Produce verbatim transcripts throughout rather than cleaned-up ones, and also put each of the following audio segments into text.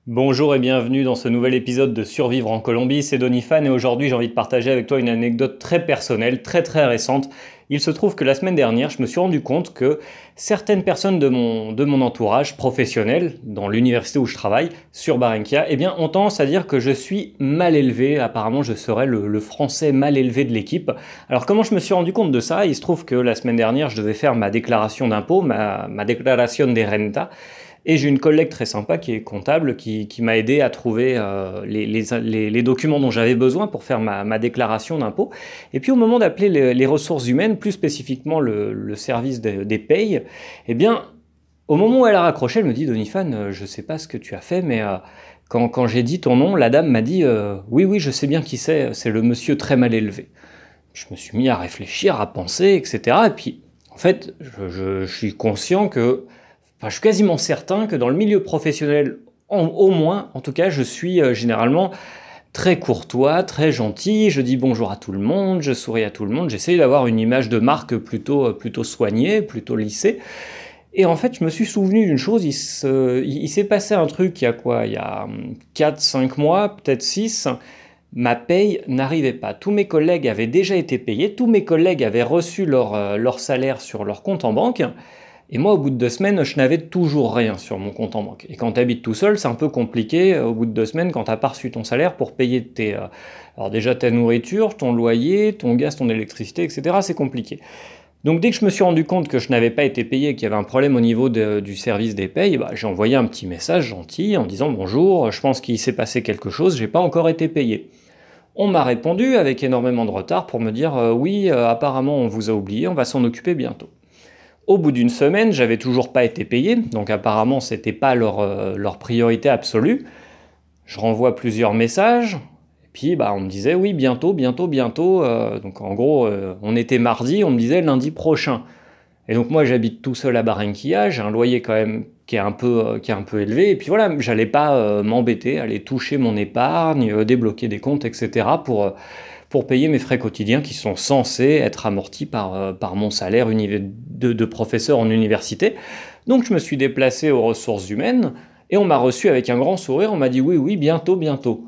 Bonjour et bienvenue dans ce nouvel épisode de Survivre en Colombie, c'est Donifan et aujourd'hui j'ai envie de partager avec toi une anecdote très personnelle, très très récente. Il se trouve que la semaine dernière, je me suis rendu compte que certaines personnes de mon, de mon entourage professionnel, dans l'université où je travaille, sur Barranquilla, eh bien, ont tendance à dire que je suis mal élevé. Apparemment, je serais le, le français mal élevé de l'équipe. Alors, comment je me suis rendu compte de ça? Il se trouve que la semaine dernière, je devais faire ma déclaration d'impôt, ma, ma déclaration de renta. Et j'ai une collègue très sympa qui est comptable qui, qui m'a aidé à trouver euh, les, les, les, les documents dont j'avais besoin pour faire ma, ma déclaration d'impôt. Et puis au moment d'appeler les, les ressources humaines, plus spécifiquement le, le service de, des payes, eh bien, au moment où elle a raccroché, elle me dit « Donifan, euh, je ne sais pas ce que tu as fait, mais euh, quand, quand j'ai dit ton nom, la dame m'a dit euh, « Oui, oui, je sais bien qui c'est, c'est le monsieur très mal élevé. » Je me suis mis à réfléchir, à penser, et cetera. Et puis, en fait, je, je, je suis conscient que Enfin, je suis quasiment certain que dans le milieu professionnel, en, au moins, en tout cas, je suis euh, généralement très courtois, très gentil, je dis bonjour à tout le monde, je souris à tout le monde, j'essaye d'avoir une image de marque plutôt, euh, plutôt soignée, plutôt lissée. Et en fait, je me suis souvenu d'une chose, il, se, il, il s'est passé un truc il y a quoi, il y a quatre cinq mois, peut-être six, ma paye n'arrivait pas. Tous mes collègues avaient déjà été payés, tous mes collègues avaient reçu leur, euh, leur salaire sur leur compte en banque, et moi, au bout de deux semaines, je n'avais toujours rien sur mon compte en banque. Et quand tu habites tout seul, c'est un peu compliqué, au bout de deux semaines, quand tu n'as pas reçu ton salaire pour payer tes, euh, alors déjà ta nourriture, ton loyer, ton gaz, ton électricité, et cetera. C'est compliqué. Donc dès que je me suis rendu compte que je n'avais pas été payé, qu'il y avait un problème au niveau de, du service des payes, bah, j'ai envoyé un petit message gentil en disant « Bonjour, je pense qu'il s'est passé quelque chose, j'ai pas encore été payé ». On m'a répondu avec énormément de retard pour me dire euh, « Oui, euh, apparemment on vous a oublié, on va s'en occuper bientôt ». Au bout d'une semaine, j'avais toujours pas été payé, donc apparemment c'était pas leur, euh, leur priorité absolue. Je renvoie plusieurs messages, et puis bah, on me disait oui, bientôt, bientôt, bientôt. Euh, donc en gros, euh, on était mardi, on me disait lundi prochain. Et donc moi j'habite tout seul à Barranquilla, j'ai un loyer quand même qui est un peu, euh, qui est un peu élevé, et puis voilà, j'allais pas euh, m'embêter, aller toucher mon épargne, euh, débloquer des comptes, et cetera pour... Euh, pour payer mes frais quotidiens qui sont censés être amortis par, euh, par mon salaire de, de professeur en université. Donc je me suis déplacé aux ressources humaines et on m'a reçu avec un grand sourire, on m'a dit oui, oui, bientôt, bientôt.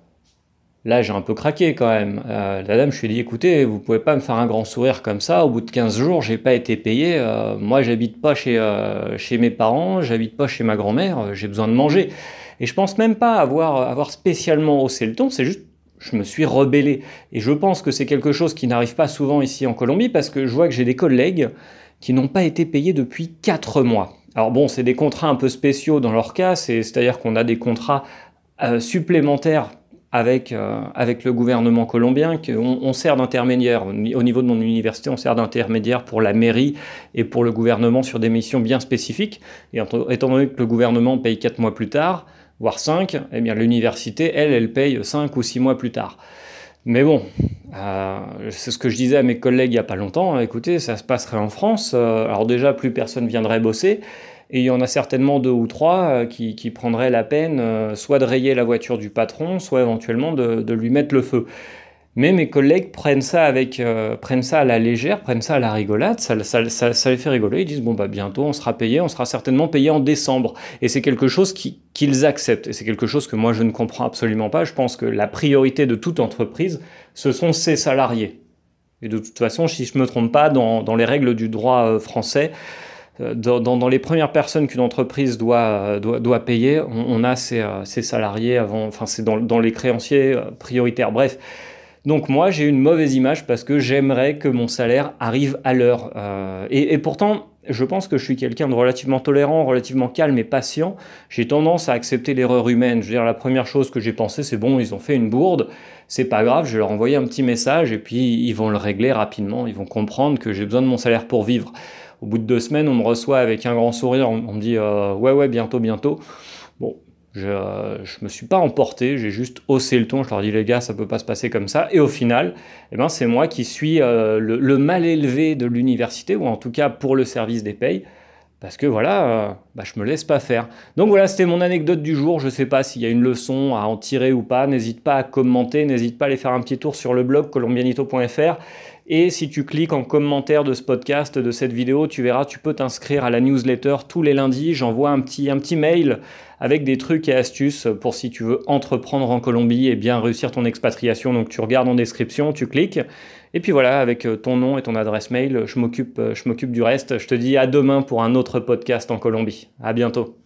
Là, j'ai un peu craqué quand même. Euh, la dame, je lui ai dit, écoutez, vous pouvez pas me faire un grand sourire comme ça. Au bout de quinze jours, j'ai pas été payé. Euh, moi, j'habite pas chez, euh, chez mes parents, j'habite pas chez ma grand-mère, euh, j'ai besoin de manger. Et je pense même pas avoir, avoir spécialement haussé le ton, c'est juste je me suis rebellé. Et je pense que c'est quelque chose qui n'arrive pas souvent ici en Colombie parce que je vois que j'ai des collègues qui n'ont pas été payés depuis quatre mois. Alors bon, c'est des contrats un peu spéciaux dans leur cas, c'est, c'est-à-dire qu'on a des contrats euh, supplémentaires avec, euh, avec le gouvernement colombien, qu'on on sert d'intermédiaire. Au niveau de mon université, on sert d'intermédiaire pour la mairie et pour le gouvernement sur des missions bien spécifiques. Et étant donné que le gouvernement paye quatre mois plus tard, voire cinq, eh bien l'université, elle, elle paye cinq ou six mois plus tard. Mais bon, euh, c'est ce que je disais à mes collègues il n'y a pas longtemps, écoutez, ça se passerait en France, euh, alors déjà plus personne viendrait bosser, et il y en a certainement deux ou trois euh, qui, qui prendraient la peine euh, soit de rayer la voiture du patron, soit éventuellement de, de lui mettre le feu. Mais mes collègues prennent ça, avec, euh, prennent ça à la légère, prennent ça à la rigolade, ça, ça, ça, ça les fait rigoler, ils disent bon bah bientôt on sera payé, on sera certainement payé en décembre. Et c'est quelque chose qui, qu'ils acceptent, et c'est quelque chose que moi je ne comprends absolument pas. Je pense que la priorité de toute entreprise, ce sont ses salariés. Et de toute façon, si je ne me trompe pas, dans, dans les règles du droit euh, français, euh, dans, dans les premières personnes qu'une entreprise doit, euh, doit, doit payer, on, on a ses, euh, ses salariés avant, enfin c'est dans, dans les créanciers euh, prioritaires, bref. Donc moi, j'ai une mauvaise image parce que j'aimerais que mon salaire arrive à l'heure. Euh, et, et pourtant, je pense que je suis quelqu'un de relativement tolérant, relativement calme et patient. J'ai tendance à accepter l'erreur humaine. Je veux dire, la première chose que j'ai pensé, c'est bon, ils ont fait une bourde, c'est pas grave, je vais leur envoyer un petit message et puis ils vont le régler rapidement. Ils vont comprendre que j'ai besoin de mon salaire pour vivre. Au bout de deux semaines, on me reçoit avec un grand sourire, on, on me dit euh, « ouais, ouais, bientôt, bientôt ». Bon, je ne me suis pas emporté, j'ai juste haussé le ton, je leur dis les gars, ça peut pas se passer comme ça. Et au final, eh ben, c'est moi qui suis euh, le, le mal élevé de l'université, ou en tout cas pour le service des payes, parce que voilà, euh, bah, je me laisse pas faire. Donc voilà, c'était mon anecdote du jour. Je sais pas s'il y a une leçon à en tirer ou pas. N'hésite pas à commenter, n'hésite pas à aller faire un petit tour sur le blog colombianito point f r. Et si tu cliques en commentaire de ce podcast, de cette vidéo, tu verras, tu peux t'inscrire à la newsletter tous les lundis. J'envoie un petit, un petit mail avec des trucs et astuces pour si tu veux entreprendre en Colombie et bien réussir ton expatriation. Donc tu regardes en description, tu cliques. Et puis voilà, avec ton nom et ton adresse mail, je m'occupe, je m'occupe du reste. Je te dis à demain pour un autre podcast en Colombie. À bientôt.